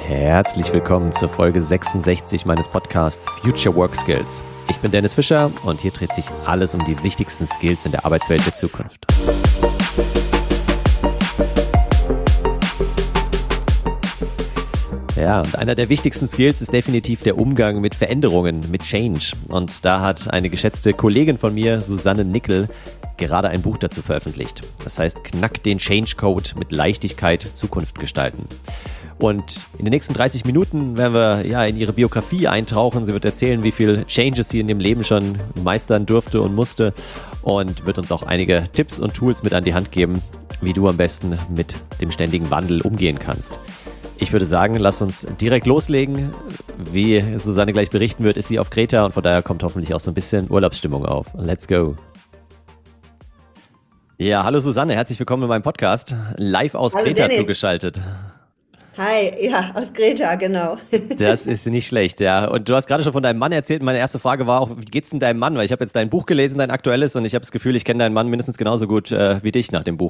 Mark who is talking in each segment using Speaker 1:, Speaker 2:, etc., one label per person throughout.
Speaker 1: Herzlich willkommen zur Folge 66 meines Podcasts Future Work Skills. Ich bin Dennis Fischer und hier dreht sich alles um die wichtigsten Skills in der Arbeitswelt der Zukunft. Ja, und einer der wichtigsten Skills ist definitiv der Umgang mit Veränderungen, mit Change. Und da hat eine geschätzte Kollegin von mir, Susanne Nickel, gerade ein Buch dazu veröffentlicht. Das heißt, Knack den Change Code mit Leichtigkeit Zukunft gestalten. Und in den nächsten 30 Minuten werden wir in ihre Biografie eintauchen. Sie wird erzählen, wie viel Changes sie in dem Leben schon meistern durfte und musste und wird uns auch einige Tipps und Tools mit an die Hand geben, wie du am besten mit dem ständigen Wandel umgehen kannst. Ich würde sagen, lass uns direkt loslegen. Wie Susanne gleich berichten wird, ist sie auf Kreta und von daher kommt hoffentlich auch so ein bisschen Urlaubsstimmung auf. Let's go! Ja, hallo Susanne, herzlich willkommen in meinem Podcast. Live aus Kreta zugeschaltet.
Speaker 2: Hi, ja, aus Kreta, genau.
Speaker 1: Das ist nicht schlecht, ja. Und du hast gerade schon von deinem Mann erzählt. Meine erste Frage war auch, wie geht's denn deinem Mann? Weil ich habe jetzt dein Buch gelesen, dein aktuelles, und ich habe das Gefühl, ich kenne deinen Mann mindestens genauso gut wie dich nach dem Buch.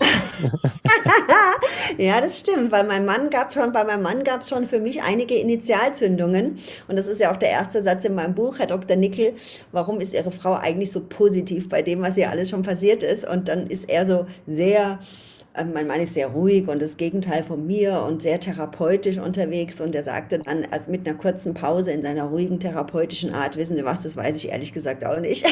Speaker 2: Ja, das stimmt, weil bei meinem Mann gab es schon für mich einige Initialzündungen. Und das ist ja auch der erste Satz in meinem Buch, Herr Dr. Nickel, warum ist Ihre Frau eigentlich so positiv bei dem, was ihr alles schon passiert ist? Und dann ist er so sehr... Mein Mann ist sehr ruhig und das Gegenteil von mir und sehr therapeutisch unterwegs, und er sagte dann, also mit einer kurzen Pause in seiner ruhigen therapeutischen Art, wissen Sie was, das weiß ich ehrlich gesagt auch nicht.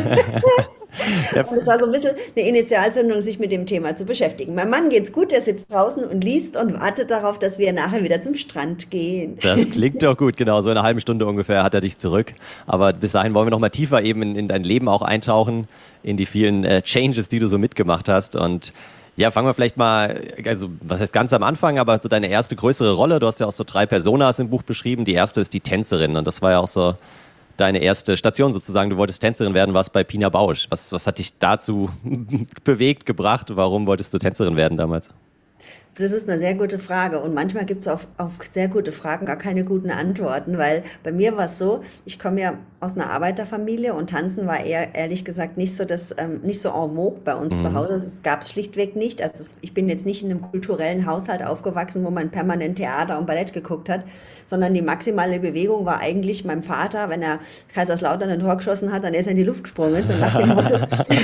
Speaker 2: Und es war so ein bisschen eine Initialzündung, sich mit dem Thema zu beschäftigen. Meinem Mann geht's gut, der sitzt draußen und liest und wartet darauf, dass wir nachher wieder zum Strand gehen.
Speaker 1: Das klingt doch gut, genau, so in einer halben Stunde ungefähr hat er dich zurück. Aber bis dahin wollen wir noch mal tiefer eben in dein Leben auch eintauchen, in die vielen Changes, die du so mitgemacht hast. Und ja, fangen wir vielleicht mal, also was heißt ganz am Anfang, aber so deine erste größere Rolle. Du hast ja auch so 3 Personas im Buch beschrieben. Die erste ist die Tänzerin, und das war ja auch so deine erste Station sozusagen. Du wolltest Tänzerin werden, warst bei Pina Bausch. Was hat dich dazu bewegt, gebracht? Warum wolltest du Tänzerin werden damals?
Speaker 2: Das ist eine sehr gute Frage, und manchmal gibt es auf sehr gute Fragen gar keine guten Antworten, weil bei mir war es so, ich komme ja aus einer Arbeiterfamilie und Tanzen war ehrlich gesagt nicht so nicht so en vogue bei uns zu Hause. Das gab es schlichtweg nicht. Also ich bin jetzt nicht in einem kulturellen Haushalt aufgewachsen, wo man permanent Theater und Ballett geguckt hat, sondern die maximale Bewegung war eigentlich meinem Vater, wenn er Kaiserslautern ein Tor geschossen hat, dann ist er in die Luft gesprungen, so nach dem Motto.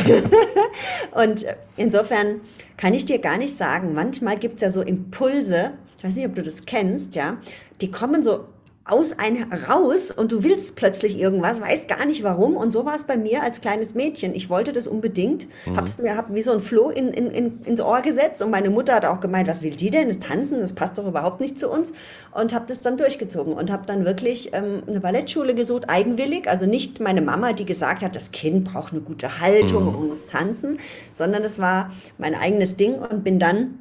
Speaker 2: Und insofern kann ich dir gar nicht sagen, manchmal gibt's ja so Impulse, ich weiß nicht, ob du das kennst, ja, die kommen so aus einem raus und du willst plötzlich irgendwas, weißt gar nicht warum, und so war es bei mir als kleines Mädchen. Ich wollte das unbedingt, hab wie so ein Floh ins Ohr gesetzt, und meine Mutter hat auch gemeint, was will die denn, das Tanzen, das passt doch überhaupt nicht zu uns, und habe das dann durchgezogen und habe dann wirklich eine Ballettschule gesucht, eigenwillig, also nicht meine Mama, die gesagt hat, das Kind braucht eine gute Haltung und muss tanzen, sondern das war mein eigenes Ding, und bin dann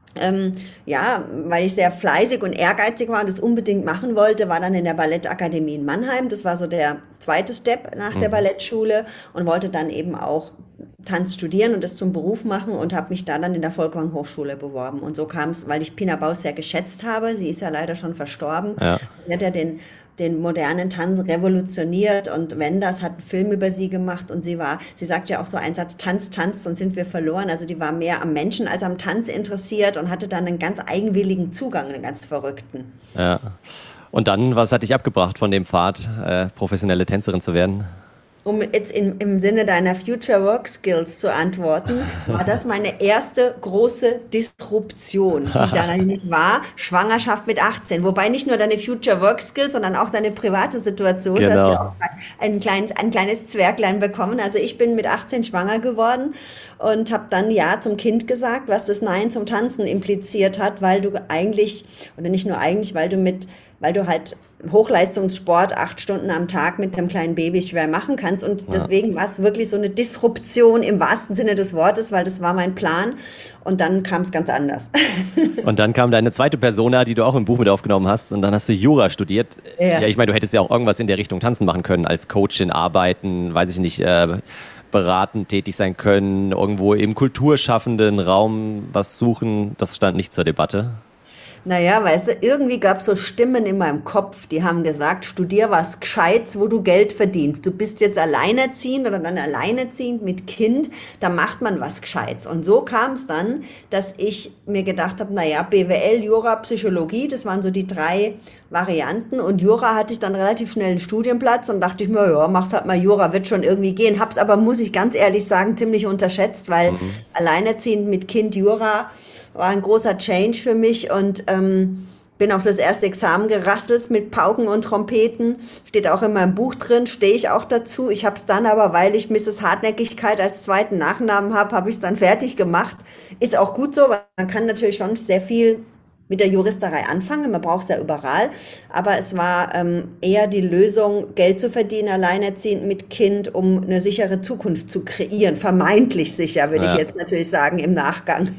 Speaker 2: weil ich sehr fleißig und ehrgeizig war und das unbedingt machen wollte, war dann in der Ballettakademie in Mannheim. Das war so der zweite Step nach der Ballettschule, und wollte dann eben auch Tanz studieren und das zum Beruf machen, und habe mich da dann in der Folkwang Hochschule beworben. Und so kam es, weil ich Pina Bausch sehr geschätzt habe. Sie ist ja leider schon verstorben. Ja. Sie hat ja den modernen Tanz revolutioniert, und Wenders hat einen Film über sie gemacht, und sie sagt ja auch so einen Satz, Tanz, sonst sind wir verloren. Also die war mehr am Menschen als am Tanz interessiert und hatte dann einen ganz eigenwilligen Zugang, einen ganz verrückten.
Speaker 1: Ja. Und dann, was hat dich abgebracht von dem Pfad, professionelle Tänzerin zu werden?
Speaker 2: Um jetzt im Sinne deiner Future Work Skills zu antworten, war das meine erste große Disruption, die dann war, Schwangerschaft mit 18. Wobei nicht nur deine Future Work Skills, sondern auch deine private Situation. Genau. Du hast ja auch ein kleines Zwerglein bekommen. Also ich bin mit 18 schwanger geworden und habe dann Ja zum Kind gesagt, was das Nein zum Tanzen impliziert hat, weil du eigentlich, oder nicht nur eigentlich, weil du halt Hochleistungssport 8 Stunden am Tag mit einem kleinen Baby schwer machen kannst, und deswegen war es wirklich so eine Disruption im wahrsten Sinne des Wortes, weil das war mein Plan, und dann kam es ganz anders.
Speaker 1: Und dann kam deine zweite Persona, die du auch im Buch mit aufgenommen hast, und dann hast du Jura studiert. Ja, ich meine, du hättest ja auch irgendwas in der Richtung Tanzen machen können, als Coachin arbeiten, weiß ich nicht, beratend tätig sein können, irgendwo im kulturschaffenden Raum was suchen, das stand nicht zur Debatte.
Speaker 2: Naja, weißt du, irgendwie gab es so Stimmen in meinem Kopf, die haben gesagt, studier was Gescheites, wo du Geld verdienst. Du bist jetzt alleinerziehend oder dann alleinerziehend mit Kind, da macht man was Gescheites. Und so kam es dann, dass ich mir gedacht habe, naja, BWL, Jura, Psychologie, das waren so die 3 Varianten. Und Jura hatte ich dann relativ schnell einen Studienplatz und dachte ich mir, ja, mach's halt mal Jura, wird schon irgendwie gehen. Hab's aber, muss ich ganz ehrlich sagen, ziemlich unterschätzt, weil alleinerziehend mit Kind Jura war ein großer Change für mich und bin auf das erste Examen gerasselt mit Pauken und Trompeten. Steht auch in meinem Buch drin, stehe ich auch dazu. Ich habe es dann aber, weil ich Mrs. Hartnäckigkeit als zweiten Nachnamen habe ich es dann fertig gemacht. Ist auch gut so, weil man kann natürlich schon sehr viel mit der Juristerei anfangen, man braucht es ja überall, aber es war eher die Lösung, Geld zu verdienen, alleinerziehend mit Kind, um eine sichere Zukunft zu kreieren, vermeintlich sicher, würde ich jetzt natürlich sagen, im Nachgang.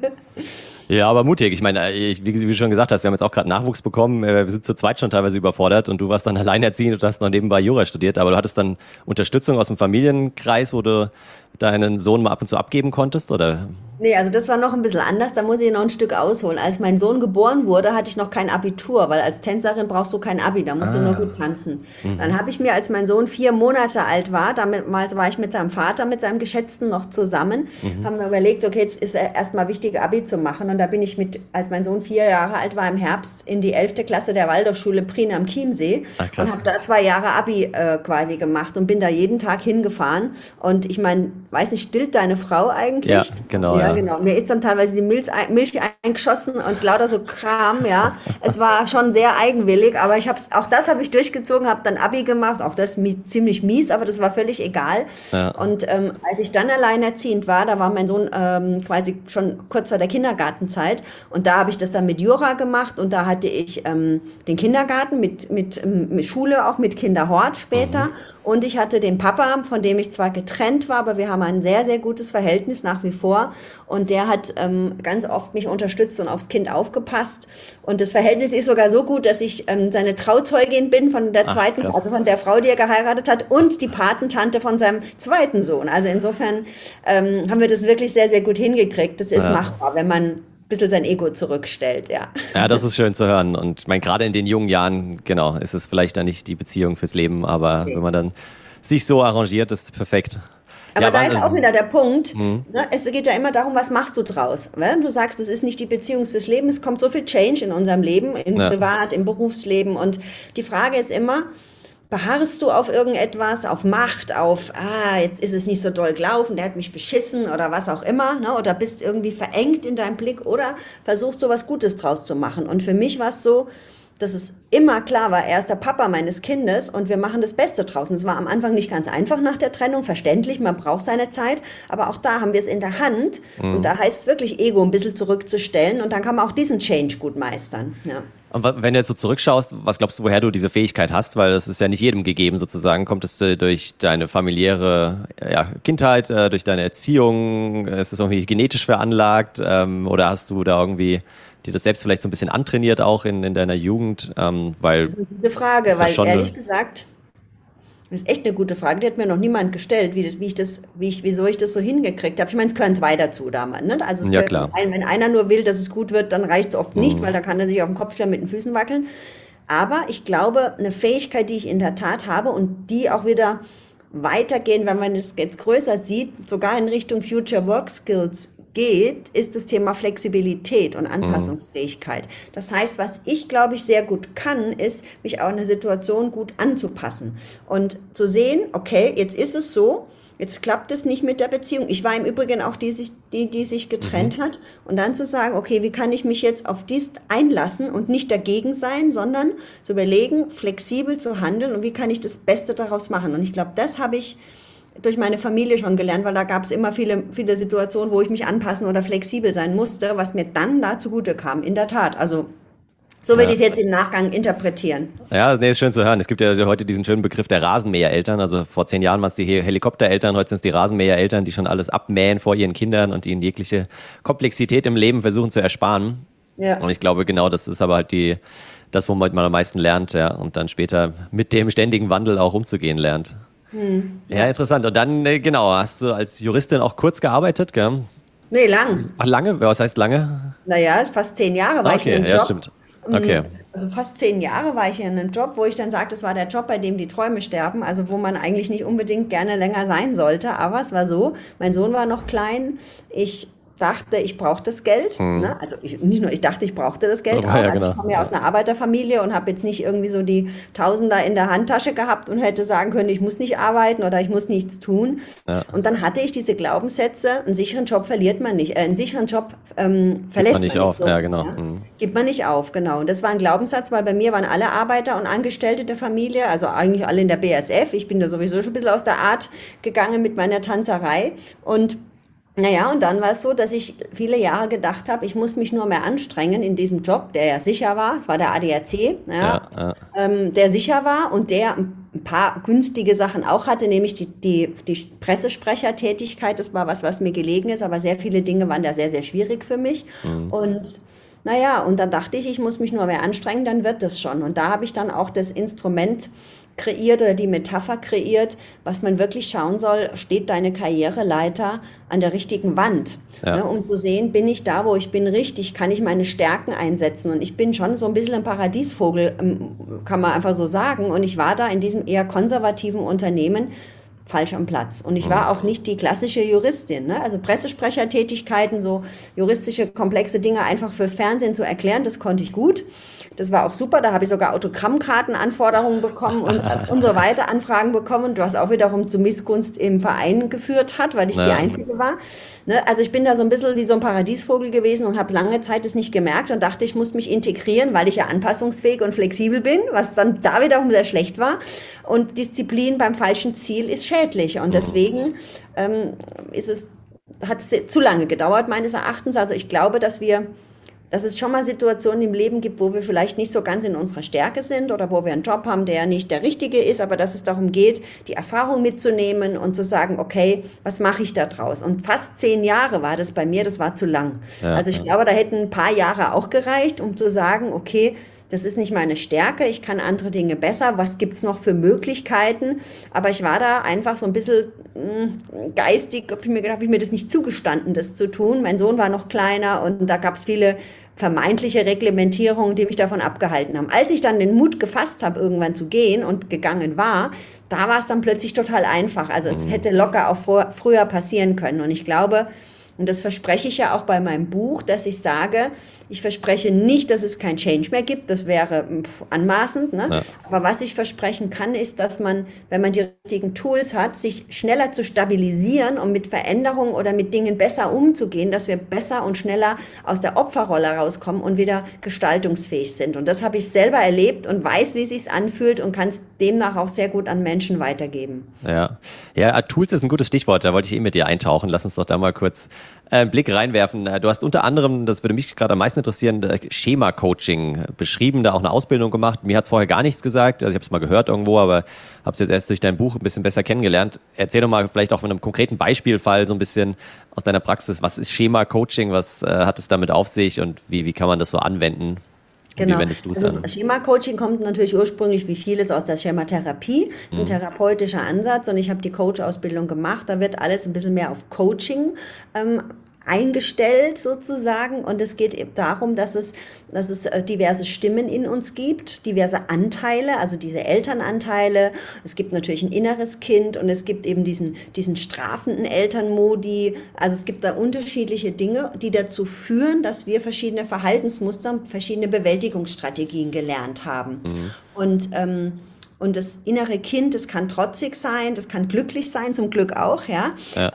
Speaker 1: Ja, aber mutig. Ich meine, wie du schon gesagt hast, wir haben jetzt auch gerade Nachwuchs bekommen. Wir sind zu zweit schon teilweise überfordert und du warst dann alleinerziehend und hast noch nebenbei Jura studiert. Aber du hattest dann Unterstützung aus dem Familienkreis, wo du deinen Sohn mal ab und zu abgeben konntest, oder?
Speaker 2: Nee, also das war noch ein bisschen anders, da muss ich noch ein Stück ausholen. Als mein Sohn geboren wurde, hatte ich noch kein Abitur, weil als Tänzerin brauchst du kein Abi, da musst du nur gut tanzen. Dann habe ich mir, als mein Sohn 4 Monate alt war, damals war ich mit seinem Vater, mit seinem Geschätzten noch zusammen, haben wir überlegt, okay, jetzt ist erstmal wichtig, Abi zu machen. Und da bin ich als mein Sohn 4 Jahre alt war, im Herbst in die 11. Klasse der Waldorfschule Prien am Chiemsee und habe da 2 Jahre Abi quasi gemacht und bin da jeden Tag hingefahren. Und ich meine, weiß nicht, stillt deine Frau eigentlich?
Speaker 1: Ja, genau.
Speaker 2: Ja, genau. Mir ist dann teilweise die Milch eingeschossen und lauter so Kram, ja. Es war schon sehr eigenwillig, aber auch das habe ich durchgezogen, habe dann Abi gemacht, auch das ziemlich mies, aber das war völlig egal. Ja. Und als ich dann alleinerziehend war, da war mein Sohn quasi schon kurz vor der Kindergartenzeit und da habe ich das dann mit Jura gemacht und da hatte ich den Kindergarten mit Schule, auch mit Kinderhort später. Und ich hatte den Papa, von dem ich zwar getrennt war, aber wir haben ein sehr, sehr gutes Verhältnis nach wie vor. Und der hat ganz oft mich unterstützt und aufs Kind aufgepasst. Und das Verhältnis ist sogar so gut, dass ich seine Trauzeugin bin von der zweiten, also von der Frau, die er geheiratet hat, und die Patentante von seinem zweiten Sohn. Also insofern haben wir das wirklich sehr, sehr gut hingekriegt. Das ist machbar, wenn man ein bisschen sein Ego zurückstellt, ja. Ja,
Speaker 1: das ist schön zu hören. Und ich meine, gerade in den jungen Jahren, genau, ist es vielleicht dann nicht die Beziehung fürs Leben, aber wenn man dann sich so arrangiert, ist es perfekt.
Speaker 2: Aber da ist auch wieder der Punkt, ne? Es geht ja immer darum, was machst du draus? Wenn du sagst, es ist nicht die Beziehung fürs Leben, es kommt so viel Change in unserem Leben, im Privat, im Berufsleben und die Frage ist immer, beharrst du auf irgendetwas, auf Macht, auf, jetzt ist es nicht so doll gelaufen, der hat mich beschissen oder was auch immer, ne? Oder bist irgendwie verengt in deinem Blick oder versuchst du was Gutes draus zu machen. Und für mich war es so, dass es immer klar war, er ist der Papa meines Kindes und wir machen das Beste draus. Und es war am Anfang nicht ganz einfach nach der Trennung, verständlich, man braucht seine Zeit, aber auch da haben wir es in der Hand und da heißt es wirklich, Ego ein bisschen zurückzustellen und dann kann man auch diesen Change gut meistern, ja.
Speaker 1: Und wenn du jetzt so zurückschaust, was glaubst du, woher du diese Fähigkeit hast? Weil das ist ja nicht jedem gegeben sozusagen. Kommt es durch deine familiäre Kindheit, durch deine Erziehung? Ist es irgendwie genetisch veranlagt? Oder hast du da irgendwie dir das selbst vielleicht so ein bisschen antrainiert auch in deiner Jugend? Weil
Speaker 2: das ist eine gute Frage, weil ehrlich gesagt, das ist echt eine gute Frage, die hat mir noch niemand gestellt, wieso ich das so hingekriegt habe. Ich meine, es gehören 2 dazu damals. Ne? Also klar. Wenn einer nur will, dass es gut wird, dann reicht es oft nicht, weil da kann er sich auf den Kopf stellen, mit den Füßen wackeln. Aber ich glaube, eine Fähigkeit, die ich in der Tat habe und die auch wieder weitergehen, wenn man es jetzt größer sieht, sogar in Richtung Future Work Skills geht, ist das Thema Flexibilität und Anpassungsfähigkeit. Das heißt, was ich, glaube ich, sehr gut kann, ist, mich auch in einer Situation gut anzupassen und zu sehen, okay, jetzt ist es so, jetzt klappt es nicht mit der Beziehung. Ich war im Übrigen auch die sich getrennt hat. Und dann zu sagen, okay, wie kann ich mich jetzt auf dies einlassen und nicht dagegen sein, sondern zu überlegen, flexibel zu handeln und wie kann ich das Beste daraus machen. Und ich glaube, das habe ich durch meine Familie schon gelernt, weil da gab es immer viele, viele Situationen, wo ich mich anpassen oder flexibel sein musste, was mir dann da zugute kam, in der Tat. Also so würde ich es jetzt im Nachgang interpretieren.
Speaker 1: Ja, nee, ist schön zu hören. Es gibt ja heute diesen schönen Begriff der Rasenmähereltern. Also vor 10 Jahren waren es die Helikoptereltern, heute sind es die Rasenmähereltern, die schon alles abmähen vor ihren Kindern und ihnen jegliche Komplexität im Leben versuchen zu ersparen. Ja. Und ich glaube, genau das ist aber halt das, womit man am meisten lernt, ja, und dann später mit dem ständigen Wandel auch umzugehen lernt. Ja, interessant. Und dann, genau, hast du als Juristin auch kurz gearbeitet, gell?
Speaker 2: Nee, lang.
Speaker 1: Ach, lange? Was heißt lange?
Speaker 2: Naja, fast 10 Jahre
Speaker 1: Ah,
Speaker 2: war ich in
Speaker 1: okay,
Speaker 2: einem
Speaker 1: ja,
Speaker 2: Job.
Speaker 1: stimmt. Okay.
Speaker 2: Also fast 10 Jahre war ich in einem Job, wo ich dann sagte, es war der Job, bei dem die Träume sterben, also wo man eigentlich nicht unbedingt gerne länger sein sollte. Aber es war so, mein Sohn war noch klein, ich dachte, ich brauche das Geld.
Speaker 1: Hm.
Speaker 2: Ne? Also nicht nur ich dachte, ich brauchte das Geld
Speaker 1: Aber
Speaker 2: auch.
Speaker 1: ja,
Speaker 2: Also ich
Speaker 1: genau.
Speaker 2: komme ja aus einer Arbeiterfamilie und habe jetzt nicht irgendwie so die Tausender in der Handtasche gehabt und hätte sagen können, ich muss nicht arbeiten oder ich muss nichts tun.
Speaker 1: Ja,
Speaker 2: Und dann hatte ich diese Glaubenssätze, einen sicheren Job verliert man nicht, einen sicheren Job
Speaker 1: gibt man
Speaker 2: verlässt
Speaker 1: nicht
Speaker 2: man nicht
Speaker 1: auf.
Speaker 2: so.
Speaker 1: Ja, genau.
Speaker 2: Ja?
Speaker 1: Hm.
Speaker 2: Gibt man nicht auf, genau. Und das war ein Glaubenssatz, weil bei mir waren alle Arbeiter und Angestellte der Familie, also eigentlich alle in der BASF. Ich bin da sowieso schon ein bisschen aus der Art gegangen mit meiner Tanzerei. Und naja, und dann war es so, dass ich viele Jahre gedacht habe, ich muss mich nur mehr anstrengen in diesem Job, der ja sicher war. Es war der ADAC, ja,
Speaker 1: Ja, ja.
Speaker 2: der sicher war und der ein paar günstige Sachen auch hatte, nämlich die Pressesprechertätigkeit. Das war was, was mir gelegen ist, aber sehr viele Dinge waren da sehr, sehr schwierig für mich.
Speaker 1: Hm.
Speaker 2: Und naja, und dann dachte ich, ich muss mich nur mehr anstrengen, dann wird das schon. Und da habe ich dann auch das Instrument kreiert oder die Metapher kreiert, was man wirklich schauen soll, steht deine Karriereleiter an der richtigen Wand,
Speaker 1: Ja.
Speaker 2: ne, um zu sehen, bin ich da, wo ich bin, richtig, kann ich meine Stärken einsetzen. Und ich bin schon so ein bisschen ein Paradiesvogel, kann man einfach so sagen. Und ich war da in diesem eher konservativen Unternehmen falsch am Platz. Und ich war auch nicht die klassische Juristin, ne? Also Pressesprechertätigkeiten, so juristische, komplexe Dinge einfach fürs Fernsehen zu erklären, das konnte ich gut. Das war auch super, da habe ich sogar Autogrammkartenanforderungen bekommen und so weiter, Anfragen bekommen, was auch wiederum zu Missgunst im Verein geführt hat, weil ich die
Speaker 1: Ja.
Speaker 2: Einzige war. Ne? Also ich bin da so ein bisschen wie so ein Paradiesvogel gewesen und habe lange Zeit es nicht gemerkt und dachte, ich muss mich integrieren, weil ich ja anpassungsfähig und flexibel bin, was dann da wiederum sehr schlecht war. Und Disziplin beim falschen Ziel ist schädlich. Und deswegen hat es zu lange gedauert, meines Erachtens. Also ich glaube, dass es schon mal Situationen im Leben gibt, wo wir vielleicht nicht so ganz in unserer Stärke sind oder wo wir einen Job haben, der nicht der richtige ist, aber dass es darum geht, die Erfahrung mitzunehmen und zu sagen, okay, was mache ich da draus? Und fast 10 Jahre war das bei mir, das war zu lang.
Speaker 1: Ja,
Speaker 2: Also ich glaube, da hätten ein paar Jahre auch gereicht, um zu sagen, okay, das ist nicht meine Stärke, ich kann andere Dinge besser, was gibt's noch für Möglichkeiten? Aber ich war da einfach so ein bisschen geistig, habe ich mir das nicht zugestanden, das zu tun. Mein Sohn war noch kleiner und da gab's viele vermeintliche Reglementierungen, die mich davon abgehalten haben. Als ich dann den Mut gefasst habe, irgendwann zu gehen und gegangen war, da war es dann plötzlich total einfach. Also es hätte locker auch früher passieren können. Und ich glaube, und das verspreche ich ja auch bei meinem Buch, dass ich sage, ich verspreche nicht, dass es kein Change mehr gibt, das wäre anmaßend, ne?
Speaker 1: Ja.
Speaker 2: Aber was ich versprechen kann, ist, dass man, wenn man die richtigen Tools hat, sich schneller zu stabilisieren und mit Veränderungen oder mit Dingen besser umzugehen, dass wir besser und schneller aus der Opferrolle rauskommen und wieder gestaltungsfähig sind. Und das habe ich selber erlebt und weiß, wie es sich anfühlt und kann es demnach auch sehr gut an Menschen weitergeben.
Speaker 1: Ja. Ja, Tools ist ein gutes Stichwort, da wollte ich mit dir eintauchen. Lass uns doch da mal kurz einen Blick reinwerfen. Du hast unter anderem, das würde mich gerade am meisten interessieren, Schema-Coaching beschrieben, da auch eine Ausbildung gemacht. Mir hat es vorher gar nichts gesagt, also ich habe es mal gehört irgendwo, aber habe es jetzt erst durch dein Buch ein bisschen besser kennengelernt. Erzähl doch mal vielleicht auch von einem konkreten Beispielfall so ein bisschen aus deiner Praxis. Was ist Schema-Coaching, was hat es damit auf sich und wie kann man das so anwenden?
Speaker 2: Genau.
Speaker 1: Wie wendest du es
Speaker 2: Also
Speaker 1: an?
Speaker 2: Schema-Coaching kommt natürlich ursprünglich wie vieles aus der Schematherapie. Das ist ein therapeutischer Ansatz und ich habe die Coach-Ausbildung gemacht. Da wird alles ein bisschen mehr auf Coaching eingestellt sozusagen und es geht eben darum, dass es diverse Stimmen in uns gibt, diverse Anteile, also diese Elternanteile. Es gibt natürlich ein inneres Kind und es gibt eben diesen strafenden Elternmodi. Also es gibt da unterschiedliche Dinge, die dazu führen, dass wir verschiedene Verhaltensmuster, verschiedene Bewältigungsstrategien gelernt haben. Und das innere Kind, das kann trotzig sein, das kann glücklich sein, zum Glück auch, ja.
Speaker 1: Ja.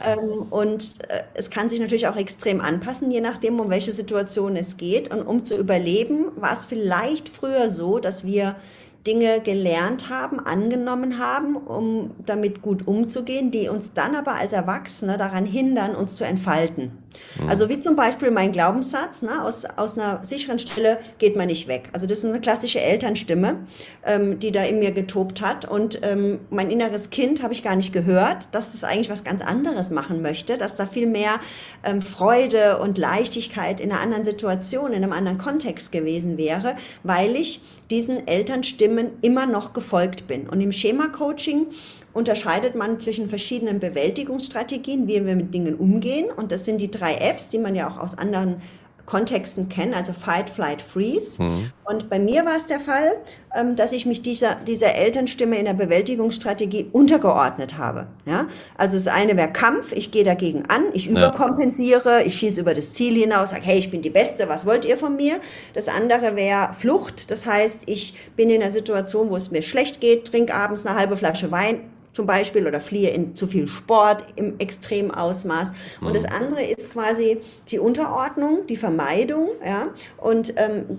Speaker 2: Es kann sich natürlich auch extrem anpassen, je nachdem, um welche Situation es geht. Und um zu überleben, war es vielleicht früher so, dass wir Dinge gelernt haben, angenommen haben, um damit gut umzugehen, die uns dann aber als Erwachsene daran hindern, uns zu entfalten. Also wie zum Beispiel mein Glaubenssatz, ne, aus einer sicheren Stelle geht man nicht weg. Also das ist eine klassische Elternstimme, die da in mir getobt hat und mein inneres Kind habe ich gar nicht gehört, dass das eigentlich was ganz anderes machen möchte, dass da viel mehr Freude und Leichtigkeit in einer anderen Situation, in einem anderen Kontext gewesen wäre, weil ich diesen Elternstimmen immer noch gefolgt bin. Und im Schema-Coaching unterscheidet man zwischen verschiedenen Bewältigungsstrategien, wie wir mit Dingen umgehen. Und das sind die 3 Fs, die man ja auch aus anderen Kontexten kennen, also Fight, Flight, Freeze. Und bei mir war es der Fall, dass ich mich dieser Elternstimme in der Bewältigungsstrategie untergeordnet habe. Ja? Also das eine wäre Kampf, ich gehe dagegen an, ich überkompensiere, ich schieße über das Ziel hinaus, sage, hey, ich bin die Beste, was wollt ihr von mir? Das andere wäre Flucht, das heißt, ich bin in einer Situation, wo es mir schlecht geht, trinke abends eine halbe Flasche Wein, zum Beispiel, oder fliehe in zu viel Sport im extremen Ausmaß. Und das andere ist quasi die Unterordnung, die Vermeidung, ja, und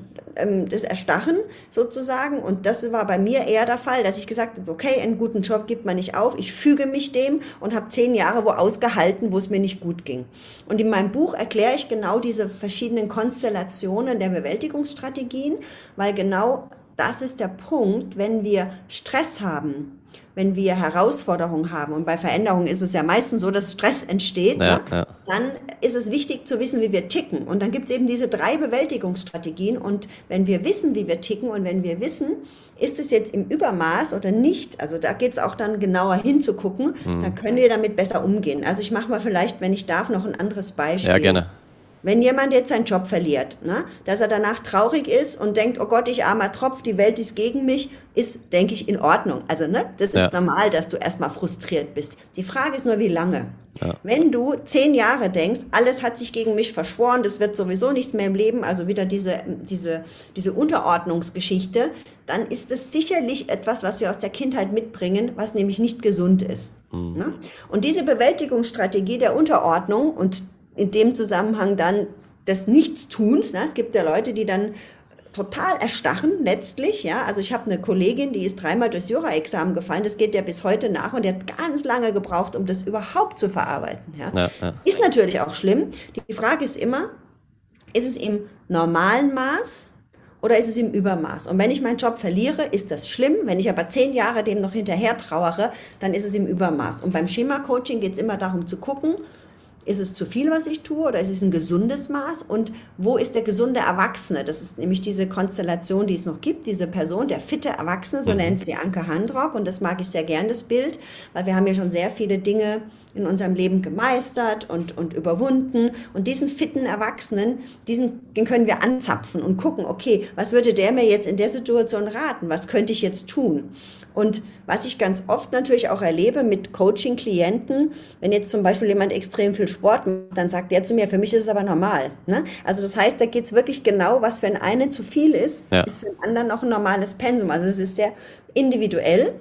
Speaker 2: das Erstarren sozusagen. Und das war bei mir eher der Fall, dass ich gesagt habe, okay, einen guten Job gibt man nicht auf, ich füge mich dem und habe 10 Jahre wo ausgehalten, wo es mir nicht gut ging. Und in meinem Buch erkläre ich genau diese verschiedenen Konstellationen der Bewältigungsstrategien, weil genau das ist der Punkt, wenn wir Stress haben, wenn wir Herausforderungen haben, und bei Veränderungen ist es ja meistens so, dass Stress entsteht, dann ist es wichtig zu wissen, wie wir ticken. Und dann gibt es eben diese 3 Bewältigungsstrategien. Und wenn wir wissen, wie wir ticken, und wenn wir wissen, ist es jetzt im Übermaß oder nicht, also da geht es auch dann genauer hinzugucken, dann können wir damit besser umgehen. Also ich mache mal vielleicht, wenn ich darf, noch ein anderes Beispiel.
Speaker 1: Ja, gerne.
Speaker 2: Wenn jemand jetzt seinen Job verliert, ne, dass er danach traurig ist und denkt, oh Gott, ich armer Tropf, die Welt ist gegen mich, ist, denke ich, in Ordnung. Also, ne, das ist normal, dass du erstmal frustriert bist. Die Frage ist nur, wie lange? Ja. Wenn du 10 Jahre denkst, alles hat sich gegen mich verschworen, das wird sowieso nichts mehr im Leben, also wieder diese Unterordnungsgeschichte, dann ist es sicherlich etwas, was wir aus der Kindheit mitbringen, was nämlich nicht gesund ist. Ne? Und diese Bewältigungsstrategie der Unterordnung und in dem Zusammenhang dann des Nichtstuns, ne? Es gibt ja Leute, die dann total erstarren letztlich, ja, also ich habe eine Kollegin, die ist 3-mal durchs Jura-Examen gefallen, das geht ja bis heute nach, und die hat ganz lange gebraucht, um das überhaupt zu verarbeiten, ja. Ist natürlich auch schlimm. Die Frage ist immer, ist es im normalen Maß oder ist es im Übermaß? Und wenn ich meinen Job verliere, ist das schlimm. Wenn ich aber 10 Jahre dem noch hinterher trauere, dann ist es im Übermaß. Und beim Schema-Coaching geht es immer darum zu gucken, ist es zu viel, was ich tue, oder ist es ein gesundes Maß? Und wo ist der gesunde Erwachsene? Das ist nämlich diese Konstellation, die es noch gibt, diese Person, der fitte Erwachsene, so nennt es die Anke Handrock. Und das mag ich sehr gern, das Bild, weil wir haben ja schon sehr viele Dinge in unserem Leben gemeistert und überwunden. Und diesen fitten Erwachsenen, den können wir anzapfen und gucken, okay, was würde der mir jetzt in der Situation raten? Was könnte ich jetzt tun? Und was ich ganz oft natürlich auch erlebe mit Coaching-Klienten, wenn jetzt zum Beispiel jemand extrem viel Sport macht, dann sagt der zu mir, für mich ist es aber normal. Ne? Also das heißt, da geht es wirklich genau, was für den einen zu viel ist, ist für den anderen noch ein normales Pensum. Also es ist sehr individuell.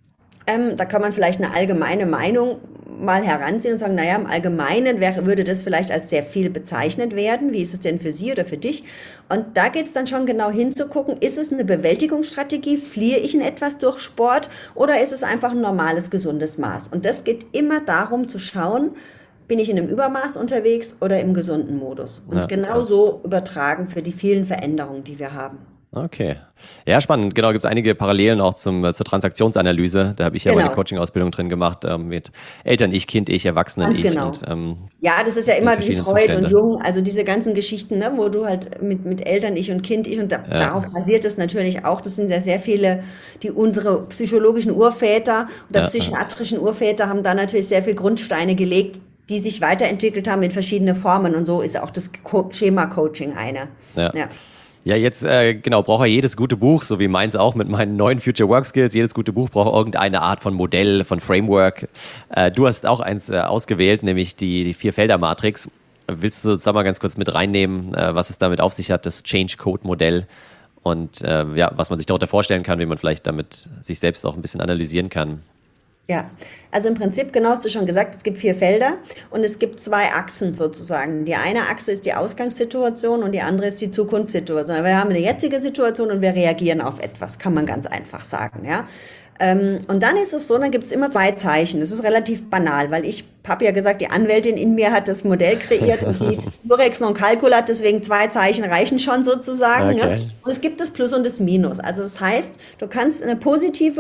Speaker 2: Da kann man vielleicht eine allgemeine Meinung mal heranziehen und sagen, naja, im Allgemeinen würde das vielleicht als sehr viel bezeichnet werden. Wie ist es denn für Sie oder für dich? Und da geht es dann schon genau hinzugucken, ist es eine Bewältigungsstrategie, fliehe ich in etwas durch Sport, oder ist es einfach ein normales, gesundes Maß? Und das geht immer darum zu schauen, bin ich in einem Übermaß unterwegs oder im gesunden Modus? Und so übertragen für die vielen Veränderungen, die wir haben.
Speaker 1: Okay. Ja, spannend. Genau, gibt es einige Parallelen auch zur Transaktionsanalyse. Da habe ich ja meine Coaching-Ausbildung drin gemacht, mit Eltern-Ich, Kind-Ich, Erwachsenen-Ich.
Speaker 2: Genau.
Speaker 1: Und,
Speaker 2: ja, das ist ja immer die Freud und Jung, also diese ganzen Geschichten, ne, wo du halt mit Eltern-Ich und Kind-Ich, und darauf basiert es natürlich auch. Das sind ja sehr viele, unsere psychologischen Urväter oder psychiatrischen Urväter haben da natürlich sehr viel Grundsteine gelegt, die sich weiterentwickelt haben in verschiedene Formen, und so ist auch das Schema-Coaching eine. Ja.
Speaker 1: Ja, jetzt braucht ja jedes gute Buch, so wie meins auch mit meinen neuen Future Work Skills, jedes gute Buch braucht irgendeine Art von Modell, von Framework. Du hast auch eins ausgewählt, nämlich die 4-Felder-Matrix. Willst du uns da mal ganz kurz mit reinnehmen, was es damit auf sich hat, das Change-Code-Modell, und was man sich darunter vorstellen kann, wie man vielleicht damit sich selbst auch ein bisschen analysieren kann?
Speaker 2: Ja, also im Prinzip, genau hast du schon gesagt, es gibt 4 Felder und es gibt 2 Achsen sozusagen. Die eine Achse ist die Ausgangssituation und die andere ist die Zukunftssituation. Wir haben eine jetzige Situation und wir reagieren auf etwas, kann man ganz einfach sagen, ja. Und dann ist es so, dann gibt es immer 2 Zeichen. Das ist relativ banal, weil ich habe ja gesagt, die Anwältin in mir hat das Modell kreiert und die Murex non calculat, deswegen 2 Zeichen reichen schon sozusagen. Okay. Ja? Und es gibt das Plus und das Minus. Also das heißt, du kannst eine positive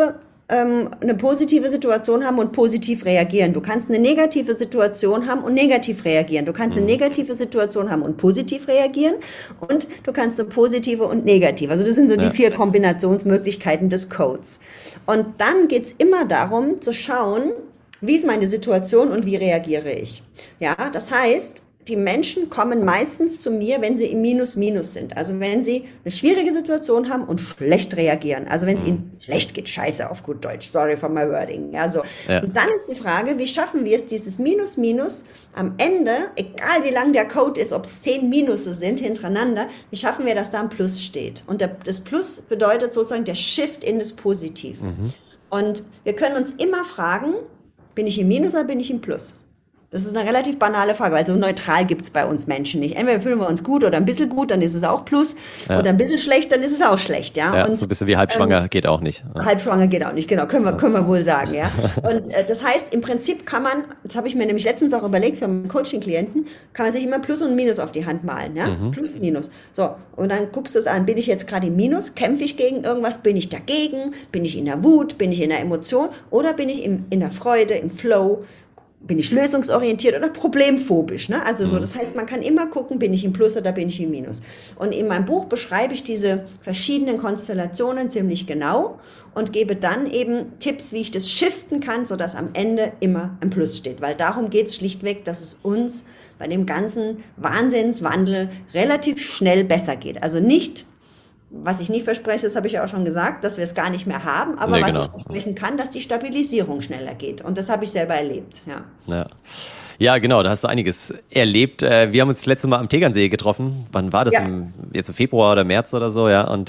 Speaker 2: eine positive Situation haben und positiv reagieren. Du kannst eine negative Situation haben und negativ reagieren. Du kannst eine negative Situation haben und positiv reagieren und du kannst eine positive und negative. Also das sind so die 4 Kombinationsmöglichkeiten des Codes. Und dann geht's immer darum zu schauen, wie ist meine Situation und wie reagiere ich. Ja, das heißt, die Menschen kommen meistens zu mir, wenn sie im Minus-Minus sind. Also wenn sie eine schwierige Situation haben und schlecht reagieren. Also wenn es ihnen schlecht geht, scheiße auf gut Deutsch, sorry for my wording. Ja, so. Ja. Und dann ist die Frage, wie schaffen wir es, dieses Minus-Minus am Ende, egal wie lang der Code ist, ob es 10 Minusse sind hintereinander, wie schaffen wir, dass da ein Plus steht? Und das Plus bedeutet sozusagen der Shift in das Positive. Und wir können uns immer fragen, bin ich im Minus oder bin ich im Plus? Das ist eine relativ banale Frage, weil so neutral gibt's bei uns Menschen nicht. Entweder fühlen wir uns gut oder ein bisschen gut, dann ist es auch Plus. Ja. Oder ein bisschen schlecht, dann ist es auch schlecht. Ja,
Speaker 1: ja, und so ein bisschen wie halbschwanger geht auch nicht.
Speaker 2: Ja. Halbschwanger geht auch nicht, genau, können wir wohl sagen. Ja. Und das heißt, im Prinzip kann man, das habe ich mir nämlich letztens auch überlegt für meinen Coaching-Klienten, kann man sich immer Plus und Minus auf die Hand malen. Ja? Plus, Minus. So, und dann guckst du es an, bin ich jetzt gerade im Minus, kämpfe ich gegen irgendwas, bin ich dagegen, bin ich in der Wut, bin ich in der Emotion oder bin ich in der Freude, im Flow, bin ich lösungsorientiert oder problemphobisch, ne? Also so, das heißt, man kann immer gucken, bin ich im Plus oder bin ich im Minus. Und in meinem Buch beschreibe ich diese verschiedenen Konstellationen ziemlich genau und gebe dann eben Tipps, wie ich das shiften kann, sodass am Ende immer ein Plus steht. Weil darum geht es schlichtweg, dass es uns bei dem ganzen Wahnsinnswandel relativ schnell besser geht. Also nicht, was ich nicht verspreche, das habe ich ja auch schon gesagt, dass wir es gar nicht mehr haben, aber was ich versprechen kann, dass die Stabilisierung schneller geht. Und das habe ich selber erlebt, ja.
Speaker 1: Ja, genau, da hast du einiges erlebt. Wir haben uns das letzte Mal am Tegernsee getroffen. Wann war das? Jetzt im Februar oder März oder so, ja. Und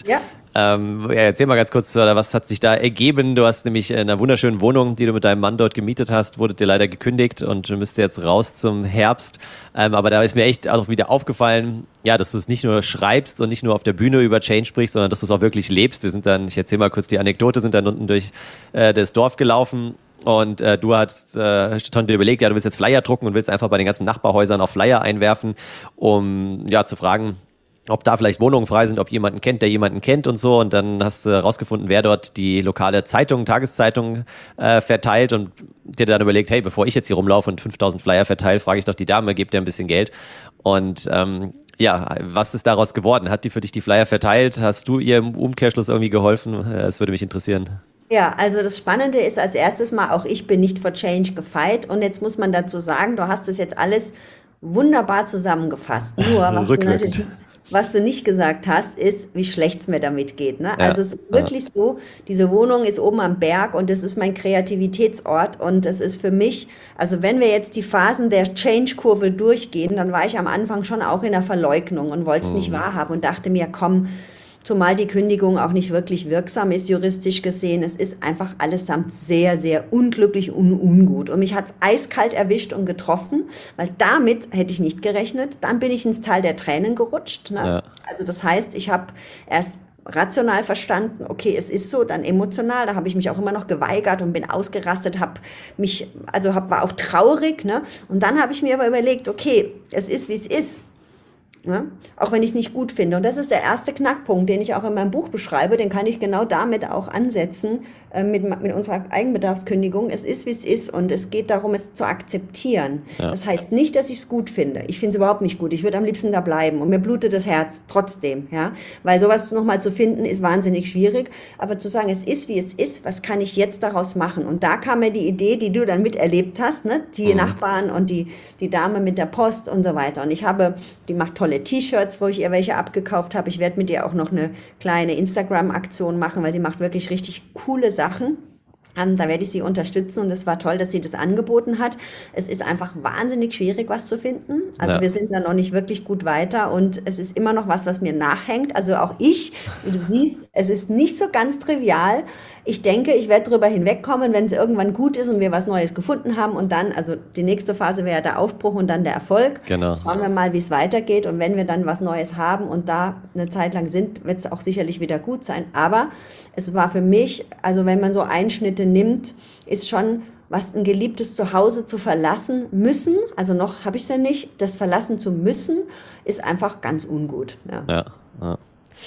Speaker 1: erzähl mal ganz kurz, was hat sich da ergeben? Du hast nämlich in einer wunderschönen Wohnung, die du mit deinem Mann dort gemietet hast, wurde dir leider gekündigt und du müsst jetzt raus zum Herbst. Aber da ist mir echt auch wieder aufgefallen, ja, dass du es nicht nur schreibst und nicht nur auf der Bühne über Change sprichst, sondern dass du es auch wirklich lebst. Wir sind dann, ich erzähl mal kurz die Anekdote, sind dann unten durch das Dorf gelaufen. Und du hast schon dir überlegt, ja, du willst jetzt Flyer drucken und willst einfach bei den ganzen Nachbarhäusern auch Flyer einwerfen, um ja zu fragen, ob da vielleicht Wohnungen frei sind, ob jemanden kennt, der jemanden kennt und so. Und dann hast du rausgefunden, wer dort die lokale Zeitung, Tageszeitung verteilt und dir dann überlegt, hey, bevor ich jetzt hier rumlaufe und 5000 Flyer verteile, frage ich doch die Dame, gebt ihr ein bisschen Geld. Und ja, was ist daraus geworden? Hat die für dich die Flyer verteilt? Hast du ihr im Umkehrschluss irgendwie geholfen? Das würde mich interessieren.
Speaker 2: Ja, also das Spannende ist als erstes mal, auch ich bin nicht for Change gefeit. Und jetzt muss man dazu sagen, du hast das jetzt alles wunderbar zusammengefasst. Nur, was du nicht gesagt hast, ist, wie schlecht es mir damit geht. Ne? Also es ist wirklich so, diese Wohnung ist oben am Berg und das ist mein Kreativitätsort und das ist für mich, also wenn wir jetzt die Phasen der Change-Kurve durchgehen, dann war ich am Anfang schon auch in der Verleugnung und wollte es nicht wahrhaben und dachte mir, komm, zumal die Kündigung auch nicht wirklich wirksam ist, juristisch gesehen. Es ist einfach allesamt sehr, sehr unglücklich und ungut. Und mich hat's eiskalt erwischt und getroffen, weil damit hätte ich nicht gerechnet. Dann bin ich ins Tal der Tränen gerutscht. Ne? Ja. Also das heißt, ich habe erst rational verstanden, okay, es ist so, dann emotional, da habe ich mich auch immer noch geweigert und bin ausgerastet, war auch traurig. Ne? Und dann habe ich mir aber überlegt, okay, es ist, wie es ist. Ja, auch wenn ich es nicht gut finde. Und das ist der erste Knackpunkt, den ich auch in meinem Buch beschreibe. Den kann ich genau damit auch ansetzen, mit unserer Eigenbedarfskündigung. Es ist, wie es ist. Und es geht darum, es zu akzeptieren. Ja. Das heißt nicht, dass ich es gut finde. Ich finde es überhaupt nicht gut. Ich würde am liebsten da bleiben. Und mir blutet das Herz trotzdem. Ja? Weil sowas nochmal zu finden, ist wahnsinnig schwierig. Aber zu sagen, es ist, wie es ist, was kann ich jetzt daraus machen? Und da kam mir die Idee, die du dann miterlebt hast, ne? Die Nachbarn und die Dame mit der Post und so weiter. Und die macht tolle T-Shirts, wo ich ihr welche abgekauft habe. Ich werde mit ihr auch noch eine kleine Instagram-Aktion machen, weil sie macht wirklich richtig coole Sachen. Da werde ich sie unterstützen und es war toll, dass sie das angeboten hat. Es ist einfach wahnsinnig schwierig, was zu finden. Also wir sind da noch nicht wirklich gut weiter und es ist immer noch was mir nachhängt. Also auch ich, wie du siehst, es ist nicht so ganz trivial. Ich denke, ich werde drüber hinwegkommen, wenn es irgendwann gut ist und wir was Neues gefunden haben und dann, also die nächste Phase wäre der Aufbruch und dann der Erfolg. Genau. Schauen wir mal, wie es weitergeht und wenn wir dann was Neues haben und da eine Zeit lang sind, wird es auch sicherlich wieder gut sein. Aber es war für mich, also wenn man so Einschnitte nimmt, ist schon was ein geliebtes Zuhause zu verlassen müssen, also noch habe ich es ja nicht, das verlassen zu müssen, ist einfach ganz ungut. Ja.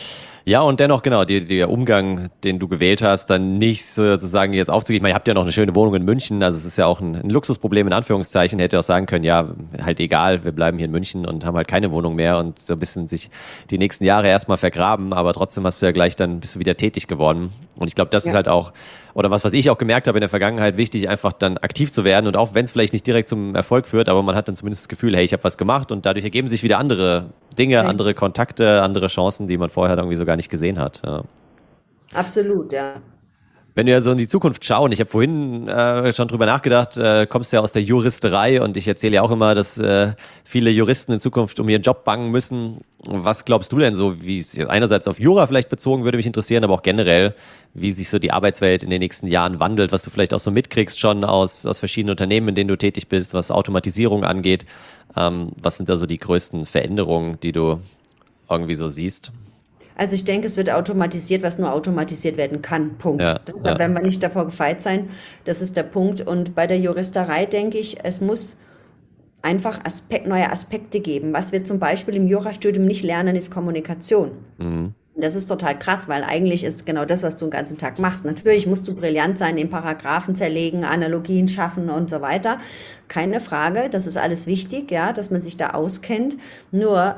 Speaker 1: Ja, und dennoch, genau, der Umgang, den du gewählt hast, dann nicht sozusagen jetzt aufzugeben. Ich meine, ihr habt ja noch eine schöne Wohnung in München, also es ist ja auch ein Luxusproblem in Anführungszeichen. Hätte auch sagen können, ja, halt egal, wir bleiben hier in München und haben halt keine Wohnung mehr und so ein bisschen sich die nächsten Jahre erstmal vergraben, aber trotzdem hast du ja gleich dann, bist du wieder tätig geworden. Und ich glaube, das ist halt auch, oder was ich auch gemerkt habe in der Vergangenheit, wichtig, einfach dann aktiv zu werden und auch wenn es vielleicht nicht direkt zum Erfolg führt, aber man hat dann zumindest das Gefühl, hey, ich habe was gemacht und dadurch ergeben sich wieder andere Dinge, andere Kontakte, andere Chancen, die man vorher irgendwie so gar nicht gesehen hat. Ja.
Speaker 2: Absolut, ja.
Speaker 1: Wenn wir so in die Zukunft schauen, ich habe vorhin schon drüber nachgedacht, kommst ja aus der Juristerei und ich erzähle ja auch immer, dass viele Juristen in Zukunft um ihren Job bangen müssen. Was glaubst du denn so, wie es jetzt einerseits auf Jura vielleicht bezogen würde mich interessieren, aber auch generell, wie sich so die Arbeitswelt in den nächsten Jahren wandelt, was du vielleicht auch so mitkriegst schon aus verschiedenen Unternehmen, in denen du tätig bist, was Automatisierung angeht. Was sind da so die größten Veränderungen, die du irgendwie so siehst?
Speaker 2: Also ich denke, es wird automatisiert, was nur automatisiert werden kann. Punkt.
Speaker 1: Ja,
Speaker 2: Da werden wir nicht davor gefeit sein. Das ist der Punkt. Und bei der Juristerei denke ich, es muss einfach neue Aspekte geben. Was wir zum Beispiel im Jurastudium nicht lernen, ist Kommunikation. Das ist total krass, weil eigentlich ist genau das, was du den ganzen Tag machst. Natürlich musst du brillant sein, in Paragraphen zerlegen, Analogien schaffen und so weiter. Keine Frage, das ist alles wichtig, ja, dass man sich da auskennt. Nur,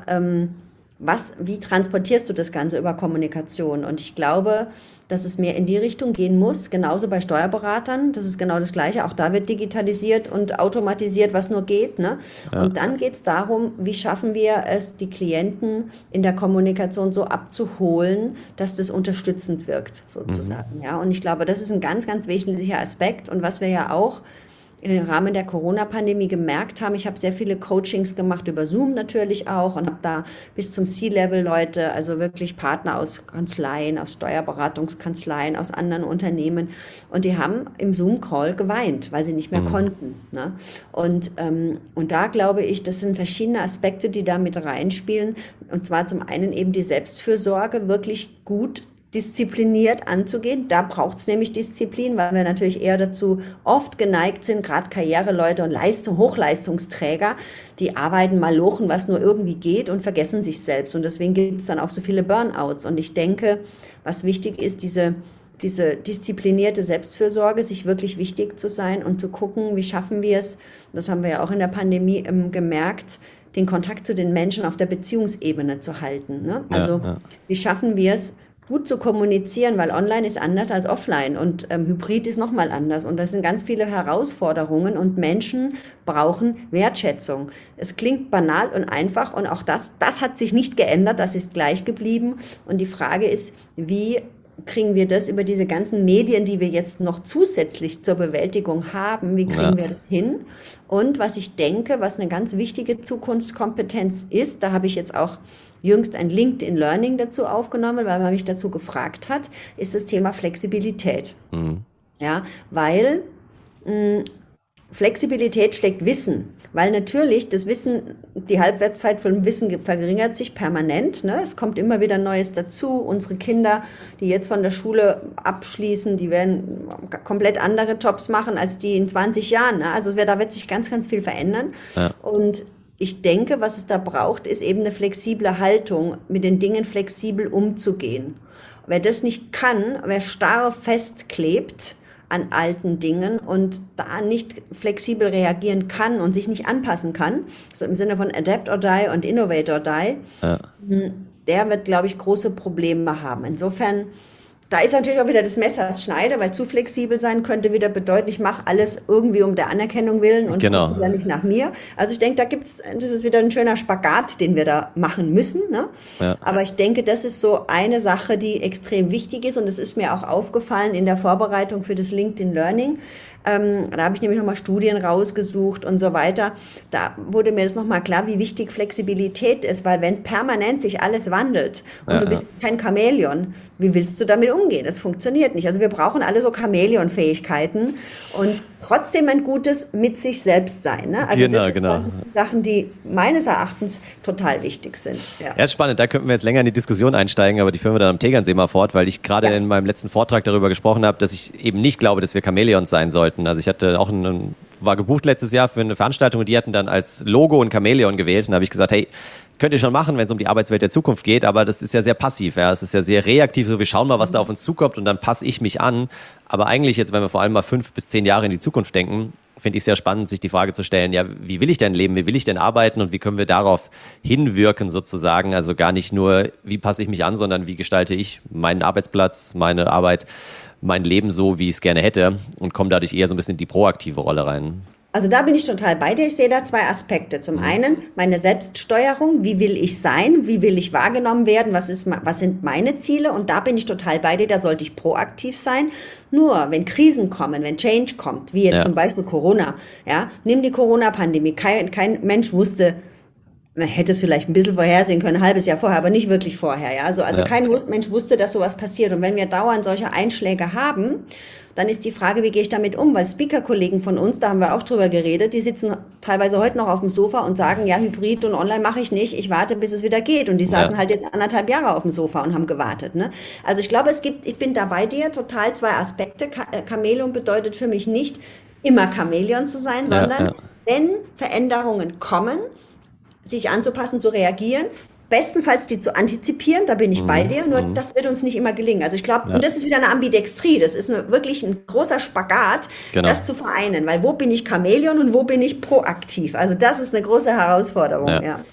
Speaker 2: wie transportierst du das Ganze über Kommunikation? Und ich glaube, dass es mehr in die Richtung gehen muss, genauso bei Steuerberatern. Das ist genau das Gleiche. Auch da wird digitalisiert und automatisiert, was nur geht. Ne? Ja. Und dann geht es darum, wie schaffen wir es, die Klienten in der Kommunikation so abzuholen, dass das unterstützend wirkt, sozusagen. Ja? Und ich glaube, das ist ein ganz, ganz wesentlicher Aspekt. Und was wir ja auch im Rahmen der Corona-Pandemie gemerkt haben, ich habe sehr viele Coachings gemacht, über Zoom natürlich auch, und habe da bis zum C-Level Leute, also wirklich Partner aus Kanzleien, aus Steuerberatungskanzleien, aus anderen Unternehmen, und die haben im Zoom-Call geweint, weil sie nicht mehr konnten. Ne? Und da glaube ich, das sind verschiedene Aspekte, die da mit reinspielen, und zwar zum einen eben die Selbstfürsorge wirklich gut diszipliniert anzugehen. Da braucht es nämlich Disziplin, weil wir natürlich eher dazu oft geneigt sind, gerade Karriereleute und Hochleistungsträger, die arbeiten malochen, was nur irgendwie geht, und vergessen sich selbst. Und deswegen gibt es dann auch so viele Burnouts. Und ich denke, was wichtig ist, diese disziplinierte Selbstfürsorge, sich wirklich wichtig zu sein und zu gucken, wie schaffen wir es, das haben wir ja auch in der Pandemie gemerkt, den Kontakt zu den Menschen auf der Beziehungsebene zu halten. Ne? Also wie schaffen wir es, gut zu kommunizieren, weil online ist anders als offline und Hybrid ist nochmal anders. Und das sind ganz viele Herausforderungen und Menschen brauchen Wertschätzung. Es klingt banal und einfach, und auch das hat sich nicht geändert, das ist gleich geblieben. Und die Frage ist, wie kriegen wir das über diese ganzen Medien, die wir jetzt noch zusätzlich zur Bewältigung haben, wie kriegen wir das hin? Und was ich denke, was eine ganz wichtige Zukunftskompetenz ist, da habe ich jetzt auch jüngst ein LinkedIn Learning dazu aufgenommen, weil man mich dazu gefragt hat, ist das Thema Flexibilität. Ja, weil Flexibilität schlägt Wissen, weil natürlich das Wissen, die Halbwertszeit von Wissen verringert sich permanent. Ne? Es kommt immer wieder Neues dazu. Unsere Kinder, die jetzt von der Schule abschließen, die werden komplett andere Jobs machen als die in 20 Jahren. Ne? Also da wird sich ganz, ganz viel verändern. Ja. Und ich denke, was es da braucht, ist eben eine flexible Haltung, mit den Dingen flexibel umzugehen. Wer das nicht kann, wer starr festklebt an alten Dingen und da nicht flexibel reagieren kann und sich nicht anpassen kann, so im Sinne von Adapt or Die und Innovate or Die, der wird, glaube ich, große Probleme haben. Insofern, da ist natürlich auch wieder das Messer das Schneider, weil zu flexibel sein könnte wieder bedeuten, ich mache alles irgendwie um der Anerkennung willen und gucke ja nicht nach mir. Also ich denke, das ist wieder ein schöner Spagat, den wir da machen müssen. Ne? Ja. Aber ich denke, das ist so eine Sache, die extrem wichtig ist, und es ist mir auch aufgefallen in der Vorbereitung für das LinkedIn Learning. Da habe ich nämlich nochmal Studien rausgesucht und so weiter. Da wurde mir das nochmal klar, wie wichtig Flexibilität ist, weil wenn permanent sich alles wandelt und du bist kein Chamäleon, wie willst du damit umgehen? Das funktioniert nicht. Also wir brauchen alle so Chamäleon-Fähigkeiten und trotzdem ein gutes mit sich selbst sein. Ne? Also das sind Sachen, die meines Erachtens total wichtig sind.
Speaker 1: Ja, ist spannend. Da könnten wir jetzt länger in die Diskussion einsteigen, aber die führen wir dann am Tegernsee mal fort, weil ich gerade in meinem letzten Vortrag darüber gesprochen habe, dass ich eben nicht glaube, dass wir Chamäleons sein sollten. Also ich hatte auch war gebucht letztes Jahr für eine Veranstaltung und die hatten dann als Logo ein Chamäleon gewählt, und da habe ich gesagt, hey, könnt ihr schon machen, wenn es um die Arbeitswelt der Zukunft geht, aber das ist ja sehr passiv. Ja. Es ist ja sehr reaktiv, so wir schauen mal, was da auf uns zukommt und dann passe ich mich an. Aber eigentlich jetzt, wenn wir vor allem mal 5 bis 10 Jahre in die Zukunft denken, finde ich es sehr spannend, sich die Frage zu stellen, ja, wie will ich denn leben, wie will ich denn arbeiten und wie können wir darauf hinwirken sozusagen? Also gar nicht nur, wie passe ich mich an, sondern wie gestalte ich meinen Arbeitsplatz, meine Arbeit, mein Leben so, wie ich es gerne hätte und komme dadurch eher so ein bisschen in die proaktive Rolle rein.
Speaker 2: Also da bin ich total bei dir. Ich sehe da zwei Aspekte. Zum einen meine Selbststeuerung. Wie will ich sein? Wie will ich wahrgenommen werden? Was sind meine Ziele? Und da bin ich total bei dir. Da sollte ich proaktiv sein. Nur wenn Krisen kommen, wenn Change kommt, wie jetzt zum Beispiel Corona, ja, nimm die Corona-Pandemie. Kein Mensch wusste, man hätte es vielleicht ein bisschen vorhersehen können, ein halbes Jahr vorher, aber nicht wirklich vorher. Ja? Also kein Mensch wusste, dass sowas passiert. Und wenn wir dauernd solche Einschläge haben, dann ist die Frage, wie gehe ich damit um? Weil Speaker-Kollegen von uns, da haben wir auch drüber geredet, die sitzen teilweise heute noch auf dem Sofa und sagen, ja, Hybrid und Online mache ich nicht, ich warte, bis es wieder geht. Und die saßen halt jetzt 1,5 Jahre auf dem Sofa und haben gewartet. Ne? Also ich glaube, ich bin da bei dir, total zwei Aspekte. Chamäleon bedeutet für mich nicht, immer Chamäleon zu sein, sondern wenn Veränderungen kommen, sich anzupassen, zu reagieren, bestenfalls die zu antizipieren, da bin ich bei dir, nur das wird uns nicht immer gelingen. Also ich glaube, und das ist wieder eine Ambidextrie, das ist wirklich ein großer Spagat, das zu vereinen, weil wo bin ich Chamäleon und wo bin ich proaktiv? Also das ist eine große Herausforderung.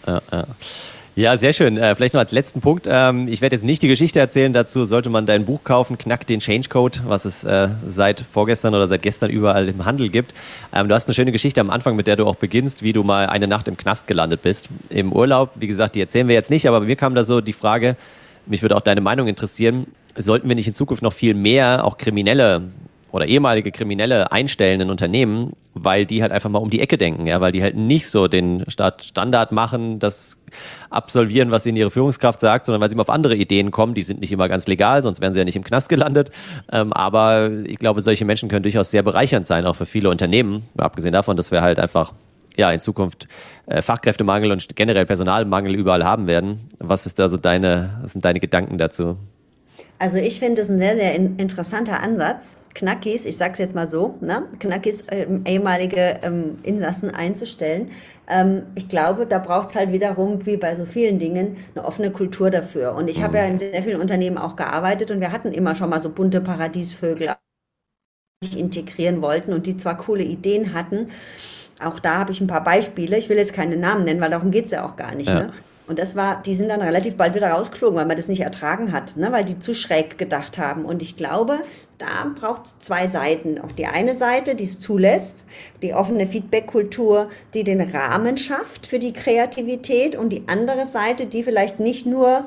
Speaker 1: Ja, sehr schön. Vielleicht noch als letzten Punkt. Ich werde jetzt nicht die Geschichte erzählen. Dazu sollte man dein Buch kaufen, Knack den Change Code, was es seit vorgestern oder seit gestern überall im Handel gibt. Du hast eine schöne Geschichte am Anfang, mit der du auch beginnst, wie du mal eine Nacht im Knast gelandet bist. Im Urlaub, wie gesagt, die erzählen wir jetzt nicht, aber bei mir kam da so die Frage, mich würde auch deine Meinung interessieren, sollten wir nicht in Zukunft noch viel mehr auch Kriminelle oder ehemalige Kriminelle einstellen in Unternehmen, weil die halt einfach mal um die Ecke denken, ja, weil die halt nicht so den Standard machen, das absolvieren, was ihnen ihre Führungskraft sagt, sondern weil sie mal auf andere Ideen kommen, die sind nicht immer ganz legal, sonst wären sie ja nicht im Knast gelandet, aber ich glaube, solche Menschen können durchaus sehr bereichernd sein, auch für viele Unternehmen, abgesehen davon, dass wir halt einfach in Zukunft Fachkräftemangel und generell Personalmangel überall haben werden. Was sind deine Gedanken dazu?
Speaker 2: Also ich finde das ein sehr, sehr interessanter Ansatz, Knackis, ich sage es jetzt mal so, ne? Knackis, ehemalige Insassen einzustellen. Ich glaube, da braucht es halt wiederum, wie bei so vielen Dingen, eine offene Kultur dafür. Und ich habe ja in sehr vielen Unternehmen auch gearbeitet und wir hatten immer schon mal so bunte Paradiesvögel, die integrieren wollten und die zwar coole Ideen hatten. Auch da habe ich ein paar Beispiele. Ich will jetzt keine Namen nennen, weil darum geht es ja auch gar nicht. Ja. Ne? Und die sind dann relativ bald wieder rausgeflogen, weil man das nicht ertragen hat, ne? Weil die zu schräg gedacht haben. Und ich glaube, da braucht es zwei Seiten. Auch die eine Seite, die es zulässt, die offene Feedback-Kultur, die den Rahmen schafft für die Kreativität. Und die andere Seite, die vielleicht nicht nur,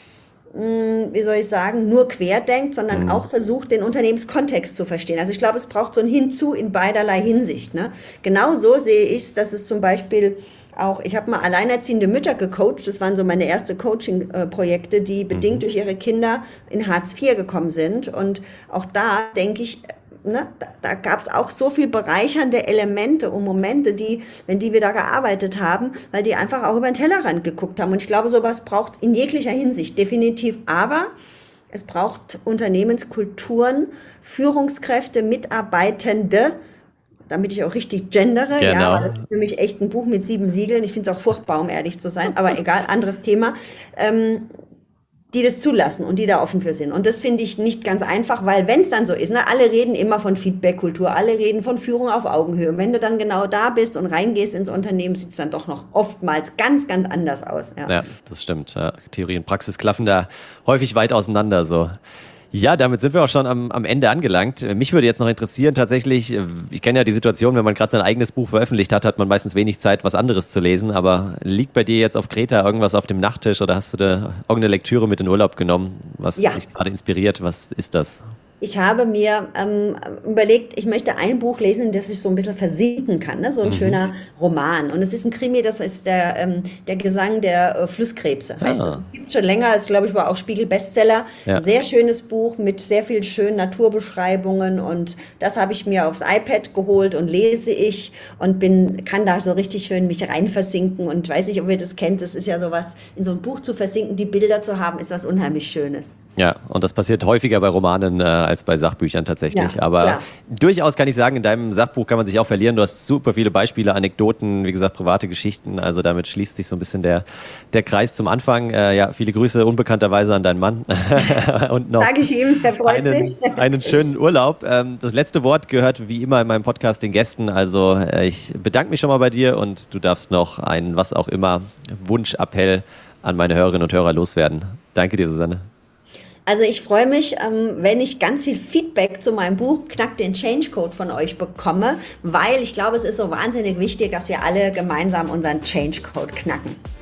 Speaker 2: nur querdenkt, sondern auch versucht, den Unternehmenskontext zu verstehen. Also ich glaube, es braucht so ein Hinzu in beiderlei Hinsicht. Ne? Genau so sehe ich es, dass es zum Beispiel auch, ich habe mal alleinerziehende Mütter gecoacht, das waren so meine ersten Coaching-Projekte, die bedingt durch ihre Kinder in Hartz IV gekommen sind. Und auch da denke ich, ne, da gab es auch so viel bereichernde Elemente und Momente, wenn wir da gearbeitet haben, weil die einfach auch über den Tellerrand geguckt haben. Und ich glaube, sowas braucht in jeglicher Hinsicht definitiv. Aber es braucht Unternehmenskulturen, Führungskräfte, Mitarbeitende, damit ich auch richtig gendere,
Speaker 1: genau.
Speaker 2: Ja, weil das ist für mich echt ein Buch mit 7 Siegeln. Ich finde es auch furchtbar, um ehrlich zu sein, aber egal, anderes Thema, die das zulassen und die da offen für sind. Und das finde ich nicht ganz einfach, weil wenn es dann so ist, ne, alle reden immer von Feedback-Kultur, alle reden von Führung auf Augenhöhe. Und wenn du dann genau da bist und reingehst ins Unternehmen, sieht es dann doch noch oftmals ganz, ganz anders aus. Ja,
Speaker 1: das stimmt. Ja. Theorie und Praxis klaffen da häufig weit auseinander so. Ja, damit sind wir auch schon am Ende angelangt. Mich würde jetzt noch interessieren, tatsächlich, ich kenne ja die Situation, wenn man gerade sein eigenes Buch veröffentlicht hat man meistens wenig Zeit, was anderes zu lesen. Aber liegt bei dir jetzt auf Kreta irgendwas auf dem Nachttisch oder hast du da irgendeine Lektüre mit in Urlaub genommen, was dich gerade inspiriert? Was ist das?
Speaker 2: Ich habe mir überlegt, ich möchte ein Buch lesen, in das ich so ein bisschen versinken kann, ne? So ein schöner Roman. Und es ist ein Krimi, das ist der Gesang der Flusskrebse, heißt es. Das gibt es schon länger, ist, glaube ich, war auch Spiegel-Bestseller. Ja. Sehr schönes Buch mit sehr vielen schönen Naturbeschreibungen und das habe ich mir aufs iPad geholt und lese ich und kann da so richtig schön mich rein versinken und weiß nicht, ob ihr das kennt, das ist ja sowas, in so ein Buch zu versinken, die Bilder zu haben, ist was unheimlich Schönes.
Speaker 1: Ja, und das passiert häufiger bei Romanen als bei Sachbüchern tatsächlich.
Speaker 2: Ja,
Speaker 1: Aber
Speaker 2: klar.
Speaker 1: durchaus kann ich sagen, in deinem Sachbuch kann man sich auch verlieren. Du hast super viele Beispiele, Anekdoten, wie gesagt, private Geschichten. Also damit schließt sich so ein bisschen der Kreis zum Anfang. Ja, viele Grüße unbekannterweise an deinen Mann. Und noch
Speaker 2: Sage ich ihm, er freut sich.
Speaker 1: einen schönen Urlaub. Das letzte Wort gehört wie immer in meinem Podcast den Gästen. Also ich bedanke mich schon mal bei dir und du darfst noch einen, was auch immer, Wunschappell an meine Hörerinnen und Hörer loswerden. Danke dir, Susanne.
Speaker 2: Also ich freue mich, wenn ich ganz viel Feedback zu meinem Buch Knack den Change Code von euch bekomme, weil ich glaube, es ist so wahnsinnig wichtig, dass wir alle gemeinsam unseren Change Code knacken.